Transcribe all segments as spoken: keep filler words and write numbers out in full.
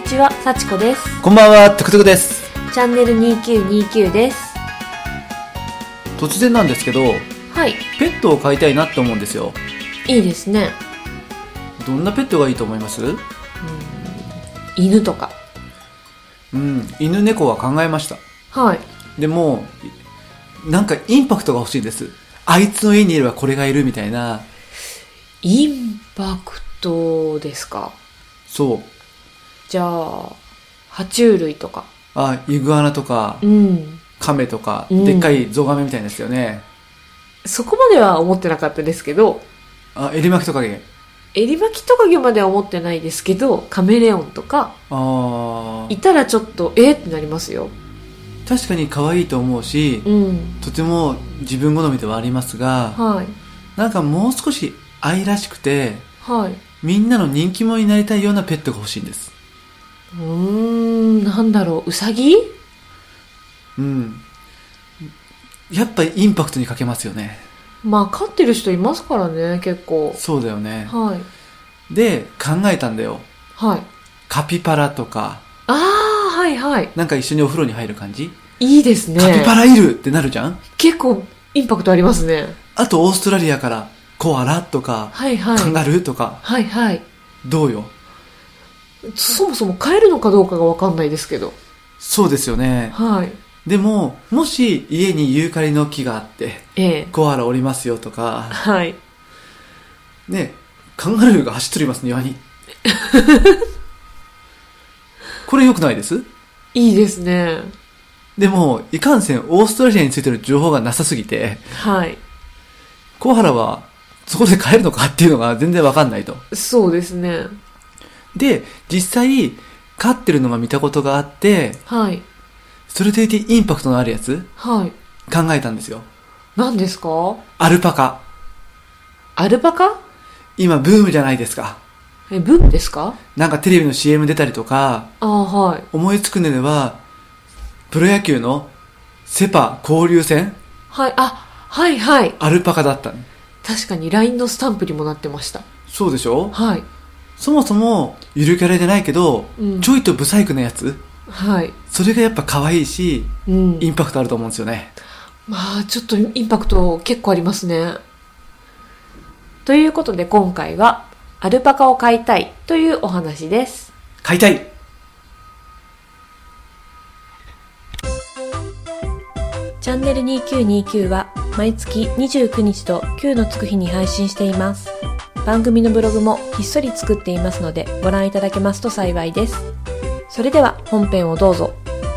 ちは、さちこです。 こんばんは、トゥクトゥクです。 チャンネルにきゅうにきゅうです。 突然なんですけど、 はい。 ペットを飼いたいなって思うんですよ。 いいですね。 どんなペットがいいと思います？うん、 犬とか。 うん、犬猫は考えました。 はい。 でも、なんかインパクトが欲しいです。あいつの家にいればこれがいるみたいな。 インパクトですか？ そう。 じゃあ、爬虫類とか。 あ、イグアナとか、 うん。 カメとか、 うん、 でっかいゾウガメみたいですよね。 そこまでは思ってなかったですけど。 あ、エリマキトカゲ。 エリマキトカゲまでは思ってないですけど、カメレオンとか、 あいたらちょっと、えー、ってなりますよ。 確かに可愛いと思うし、 うん、 とても自分好みではありますが、 はい。 なんかもう少し愛らしくて、 はい。 みんなの人気者になりたいようなペットが欲しいんです。 うーん、なんだろう、ウサギ？ うん。やっぱりインパクトに欠けますよね。 まあ飼ってる人いますからね、結構。 そうだよね。 はい。 で、考えたんだよ。 はい。 カピバラとか。 ああ、はいはい。 なんか一緒にお風呂に入る感じ？ いいですね。 カピバラいるってなるじゃん？ 結構インパクトありますね。 あとオーストラリアからコアラとか、 はいはい。 カンガルーとか。 はいはい。 どうよ？ そもそも飼えるのかどうかがわかんないですけど。 そうですよね。 はい。 でも、もし家にユーカリの木があって、 ええ、 コアラおりますよとか、 はい。 ね、カンガルーが走っております、庭に。これ良くないです？ いいですね。 でも、いかんせんオーストラリアについてる情報がなさすぎて、 はい。 コアラはそこで飼えるのかっていうのが全然わかんないと。 そうですね。 で、実際、飼ってるのが見たことがあって、 はい。 それでいてインパクトのあるやつ、 はい。 考えたんですよ。 何ですか？ アルパカ。 アルパカ？ 今ブームじゃないですか。 え、ブームですか？ なんかテレビの シーエム 出たりとか、 ああ、はい。 思いつくのでは、プロ野球のセパ交流戦、 はい、あ、はいはい。 アルパカだったの。 確かに ライン のスタンプにもなってました。 そうでしょ？ はい。 そもそもゆるキャラじゃないけど、うん、ちょいとブサイクなやつ、 はい。 それがやっぱ可愛いし、うん、インパクトあると思うんですよね。 まあちょっとインパクト結構ありますね。ということで今回はアルパカを飼いたいというお話です。 飼いたい。 チャンネルにきゅうにきゅうは毎月にじゅうくにちときゅうのつく日に配信しています。番組のブログもひっそり作っていますのでご覧いただけますと幸いです。それでは本編をどうぞ。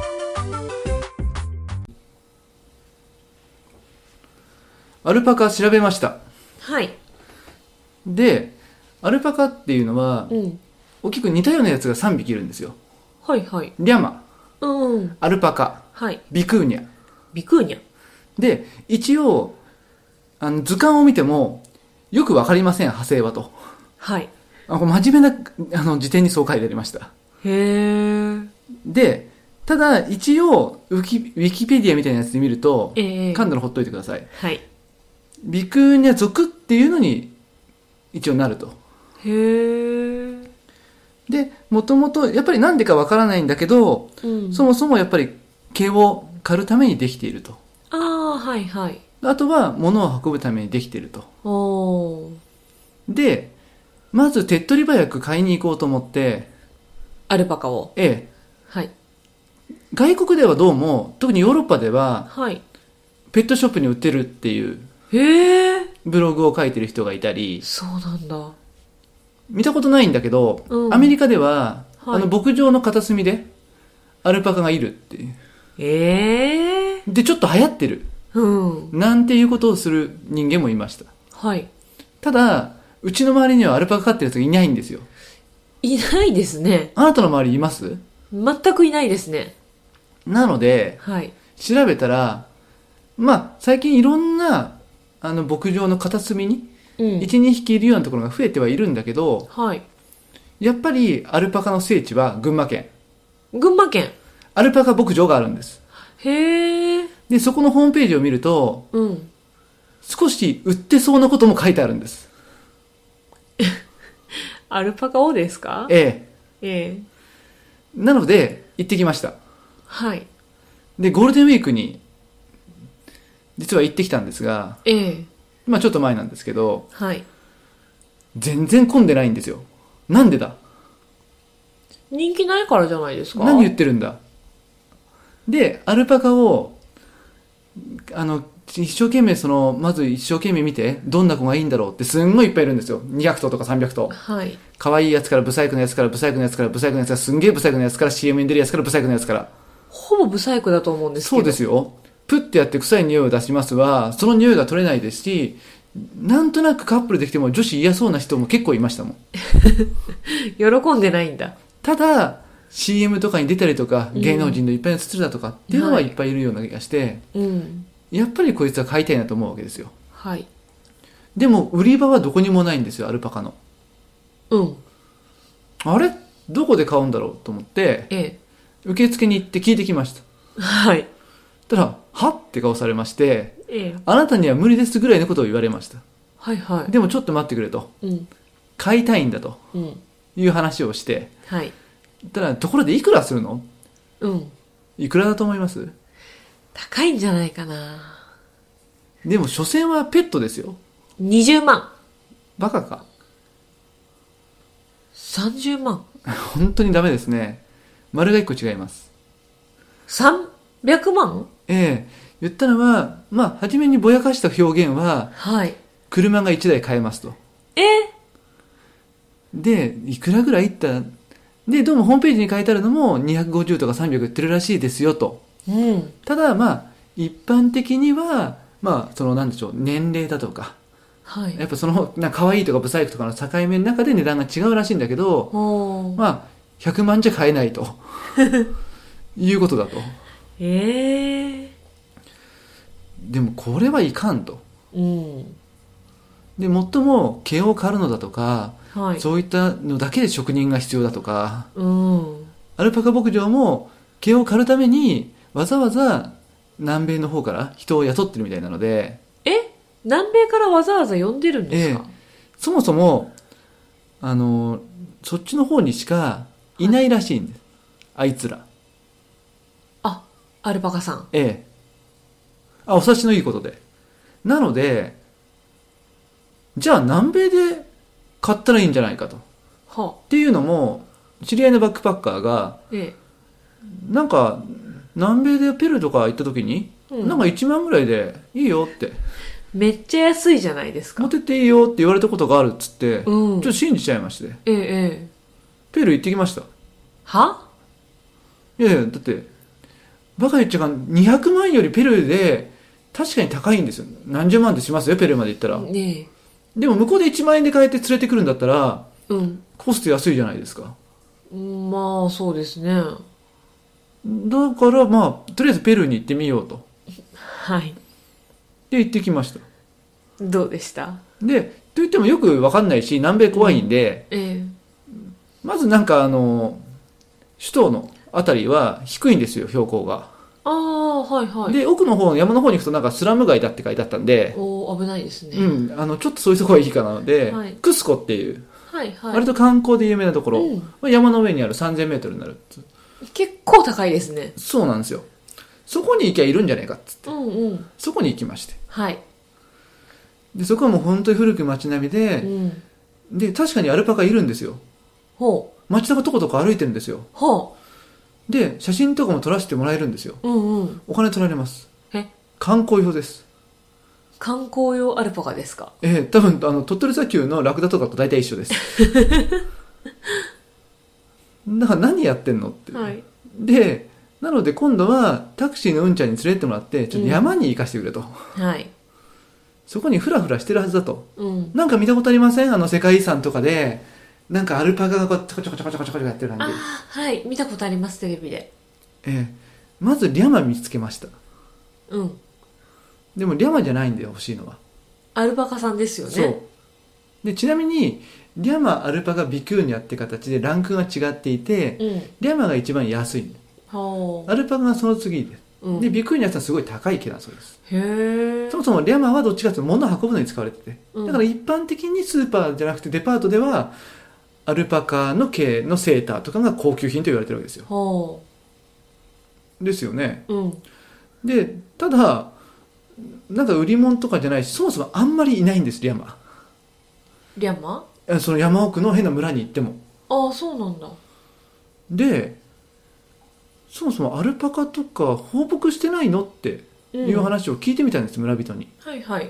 アルパカ調べました。 はい。 で、アルパカっていうのは、うん、大きく似たようなやつがさんびきいるんですよ。 はいはい。 リャマ、 うん、 アルパカ、 はい、 ビクーニャ。 ビクーニャ。 で、一応、あの図鑑を見ても、よくわかりません、派生はと。 はい。 あ、これ真面目な、あの、辞典にそう書いてありました。 へー。 で、ただ、一応ウキ、ウィキペディアみたいなやつで見ると、えー、噛んだらほっといてください。 はい。 ビクーニャ属っていうのに、一応なると。 へー。 で、もともと、やっぱりなんでかわからないんだけど、うん、そもそもやっぱり毛を刈るためにできていると。 ああ、はいはい。 あとは物を運ぶためにできていると。 おー。で、まず手っ取り早く買いに行こうと思って、 アルパカを。 ええ。 はい。 外国ではどうも、特にヨーロッパでは、 はい。 ペットショップに売ってるっていう、 へえ。 ブログを書いてる人がいたり、 そうなんだ。 見たことないんだけど、うん、アメリカでは、はい、あの牧場の片隅でアルパカがいるっていう。 ええー。 で、ちょっと流行ってる。 うん。 なんていうことをする人間もいました。 はい。 ただ、うちの周りにはアルパカ飼ってる人がいないんですよ。 いないですね。 あなたの周りいます？ 全くいないですね。 なので、 はい。 調べたら、まあ、最近いろんな、あの、牧場の片隅に、いち、にひきいるようなところが増えてはいるんだけど、 はい。 やっぱりアルパカの聖地は群馬県。 群馬県。 アルパカ牧場があるんです。 へー。 で、そこのホームページを見ると、うん、少し売ってそうなことも書いてあるんです。 アルパカをですか？ ええ。 ええ。 なので行ってきました。 はい。 でゴールデンウィークに実は行ってきたんですが、 ええ、 まあちょっと前なんですけど、 はい。 全然混んでないんですよ。なんでだ。 人気ないからじゃないですか。 何言ってるんだ。でアルパカをあの一生懸命そのまず一生懸命見てどんな子がいいんだろうってすんごいいっぱいいるんですよ。にひゃくとうとかさんびゃくとう。 はい。 可愛いやつからブサイクのやつからブサイクのやつからブサイクのやつからすんげえブサイクのやつから シーエム に出るやつからブサイクのやつから。 ほぼブサイクだと思うんですけど。 そうですよ。プッてやって臭い匂いを出しますはその匂いが取れないですし、なんとなくカップルできても女子嫌そうな人も結構いましたもん。 喜んでないんだ。 ただ シーエム とかに出たりとか、うん、芸能人のいっぱいのつつだとかっていうのはいっぱいいるような気がして、はい、うん、やっぱりこいつは買いたいなと思うわけですよ。 はい。 でも売り場はどこにもないんですよ、アルパカの。 うん。 あれどこで買うんだろうと思って、ええ、受付に行って聞いてきました。 はい。 たらはって顔されまして、 ええ、 あなたには無理ですぐらいのことを言われました。 はいはい。 でもちょっと待ってくれと、うん、買いたいんだと、うん、いう話をして、 はい。 ただところでいくらするの？ うん。 いくらだと思います？ 高いんじゃないかな。 でも所詮はペットですよ。 にじゅうまん。 バカか。 さんじゅうまん。 本当にダメですね。丸がいっこ違います。 さんびゃくまん？ ええ。言ったのは、まあ、初めにぼやかした表現は、 はい。 車がいちだい買えますと。 えで、いくらぐらいったで、どうもホームページに書いてあるのもにひゃくごじゅうとかさんびゃく売ってるらしいですよと。 うん。 ただ、まあ、一般的には、まあ、その、なんでしょう、年齢だとか、 はい。 やっぱその、なんか可愛いとかブサイクとかの境目の中で値段が違うらしいんだけど、まあ、ひゃくまんじゃ買えないと。いうことだと。 ええー。でも、これはいかんと。 うん。 で、最も毛を刈るのだとか、 はい、 そういったのだけで職人が必要だとか、 うん、 アルパカ牧場も毛を刈るためにわざわざ南米の方から人を雇ってるみたいなので。 え、南米からわざわざ呼んでるんですか？ ええ、そもそもあのそっちの方にしかいないらしいんです、はい、あいつら。 あ、アルパカさん。 ええ、あ、お察しのいいことで。なのでじゃあ南米で買ったらいいんじゃないかと、 はあ、 っていうのも知り合いのバックパッカーが、 ええ、 なんか南米でペルーとか行った時に、うん、なんかいちまんぐらいでいいよって、 めっちゃ安いじゃないですか、 持ってっていいよって言われたことがあるっつって、うん、ちょっと信じちゃいまして、 ええ、 ペルー行ってきました。 はいやいや、だってバカ言っちゃうかにひゃくまんよりペルーで確かに高いんですよ。何十万ってしますよ、ペルーまで行ったら、 ね、 でも向こうでいちまんえんで買えて連れてくるんだったら、 うん、 コスト安いじゃないですか。 まあそうですね。 だからまあとりあえずペルーに行ってみようと。 はい。 で行ってきました。 どうでした？ でといってもよく分かんないし南米怖いんで、 うん、ええ、 まずなんかあの首都のあたりは低いんですよ、標高が。 ああ、はいはい。 で奥の方山の方に行くとなんかスラム街だって書いてあったんで、 お危ないですね。 うん、あのちょっとそういうところはいいかなので、はい、クスコっていう、 はいはい、 割と観光で有名なところ、うん、山の上にあるさんぜんメートルになる。 結構高いですね。 そうなんですよ。そこに行きゃいるんじゃないかっつって、 うんうん、 そこに行きまして、 はい、 でそこはもう本当に古く街並みで、うん、で確かにアルパカいるんですよ。 ほう、 街中とことか歩いてるんですよ。 ほうで写真とかも撮らせてもらえるんですよ、 うんうん、 お金取られます。 え、 観光用です。 観光用アルパカですか？ ええ、多分あの鳥取砂丘のラクダとかと大体一緒ですだから何やってんのって、 はい、 でなので今度はタクシーのうんちゃんに連れてってもらってちょっと山に行かせてくれと、 うん、はい、 そこにフラフラしてるはずだと、 うん、 なんか見たことありません？あの世界遺産とかでなんかアルパカがこうちょこちょこちょこちょこちょこやってる感じ。 あ、はい、見たことあります、テレビで。 ええ、まずリャマ見つけました。 うん。 でもリャマじゃないんだよ、欲しいのは。 アルパカさんですよね。 そう。でちなみにリャマ、アルパカ、ビクーニャって形でランクが違っていて、うん、リャマが一番安いんだ。アルパカがその次で、うん、でビクーニャってすごい高い毛だそうです。 へー。 そもそもリャマはどっちかというと物を運ぶのに使われてて、だから一般的にスーパーじゃなくてデパートではアルパカの毛のセーターとかが高級品と言われてるわけですよ。 ほうですよね。 うん、 でただなんか売り物とかじゃないし、そもそもあんまりいないんです、リャマ。 リャマ？ その山奥の変な村に行っても。 ああ、そうなんだ。 でそもそもアルパカとか放牧してないのっていう話を聞いてみたんです、うん、村人に。 はいはい。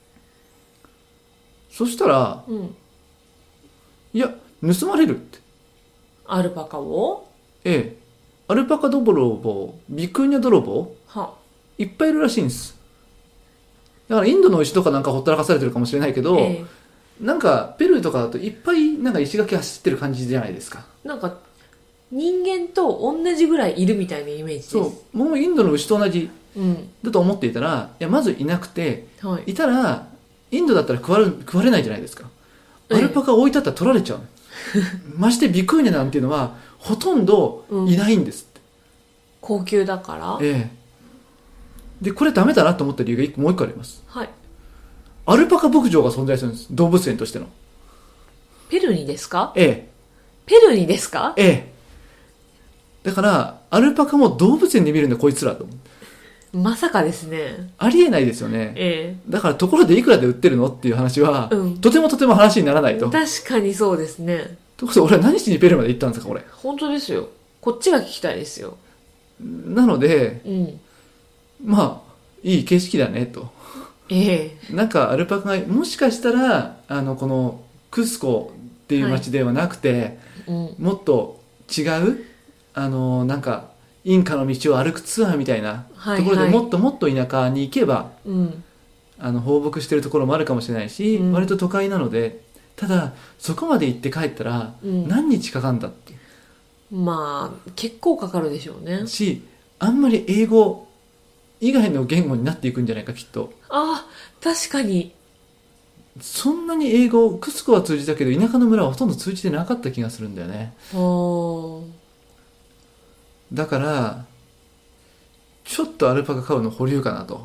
そしたら、うん、いや盗まれるって。 アルパカを？ ええ、アルパカ泥棒、ビクーニャ泥棒はいっぱいいるらしいんです。だからインドの石とかなんかほったらかされてるかもしれないけど、ええ、なんかペルーとかだといっぱいなんか石垣走ってる感じじゃないですか。 なんか人間と同じぐらいいるみたいなイメージです。 そうもうインドの牛と同じだと思っていたら、いやまずいなくて、はい、いたらインドだったら食われ、食われないじゃないですか。アルパカ置いてあったら取られちゃう、ええ、ましてビクーニャなんていうのはほとんどいないんですって、うん、 高級だから。 ええ。でこれダメだなと思った理由がもう一個あります。 はい。 アルパカ牧場が存在するんです、動物園としての。 ペルーにですか？ ええ。 ペルーにですか？ ええ。だからアルパカも動物園で見るんだこいつらと思って。 まさかですね。 ありえないですよね。 ええ。 だからところでいくらで売ってるのっていう話は、うん、とてもとても話にならないと。 確かにそうですね。 ということで俺は何しにペルーまで行ったんですかこれ。 本当ですよ。こっちが聞きたいですよ。 なので、 うん、 まあいい景色だねと。 ええ。 なんかアルパカがもしかしたらあのこのクスコっていう町ではなくて、はい、うん、もっと違うあのなんかインカの道を歩くツアーみたいなところでもっともっと田舎に行けば、はいはい、あの放牧してるところもあるかもしれないし、うん、割と都会なので、ただそこまで行って帰ったら何日かかるんだって、 うん、まあ結構かかるでしょうね。 しあんまり英語以外の言語になっていくんじゃないかきっと。 ああ確かに。 そんなに英語クスコは通じたけど田舎の村はほとんど通じてなかった気がするんだよね。 おだからちょっとアルパカ飼うの保留かなと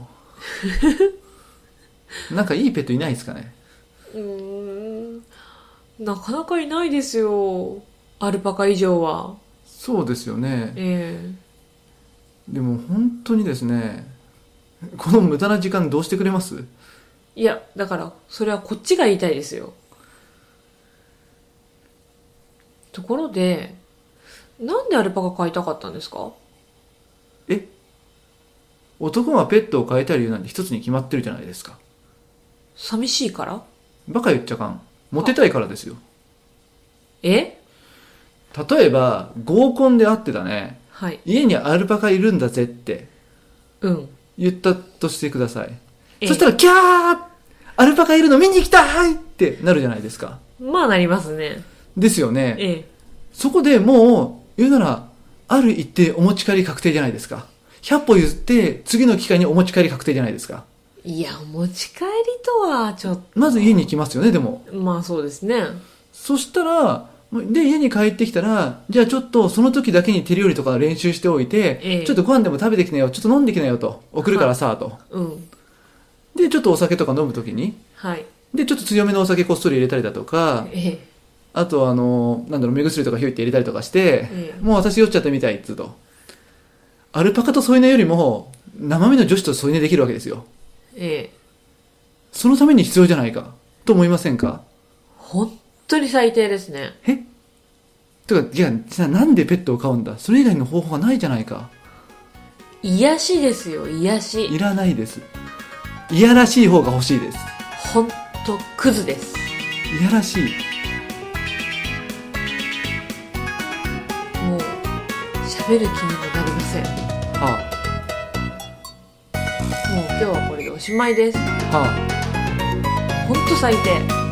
なんかいいペットいないですかね。 うーんなかなかいないですよアルパカ以上は。 そうですよね、 えー、でも本当にですねこの無駄な時間どうしてくれます？ いやだからそれはこっちが言いたいですよ。ところでなんでアルパカ飼いたかったんですか？ え男がペットを飼いたい理由なんて一つに決まってるじゃないですか。 寂しいから？ バカ言っちゃかん。モテたいからですよ。 え例えば合コンで会ってたね、 はい、 家にアルパカいるんだぜって言ったとしてください、うん、そしたらキャーアルパカいるの見に行きたいってなるじゃないですか。 まあなりますね。 ですよね、 ええ、 そこでもう言うならある一定お持ち帰り確定じゃないですか。ひゃっぽ譲って次の機会にお持ち帰り確定じゃないですか。 いやお持ち帰りとはちょっとまず家に行きますよね。でもまあそうですね。 そしたらで家に帰ってきたらじゃあちょっとその時だけに手料理とか練習しておいて、ええ、ちょっとご飯でも食べてきなよちょっと飲んできなよと送るからさと、 うん、 でちょっとお酒とか飲む時に、 はい、 でちょっと強めのお酒こっそり入れたりだとか、 ええ、 あとあのなんだろう目薬とかひょいって入れたりとかして、ええ、もう私酔っちゃったみたいっつうとアルパカと添い寝よりも生身の女子と添い寝できるわけですよ。 ええ、 そのために必要じゃないかと思いませんか？ 本当に最低ですね。 えとか、じゃあなんでペットを飼うんだ？それ以外の方法がないじゃないか。 癒しですよ癒し。 いらないです。いやらしい方が欲しいです。 本当クズです。 いやらしい。 もう喋る気にもなりません。 はあ、もう今日はこれでおしまいです。 はあ、 本当最低。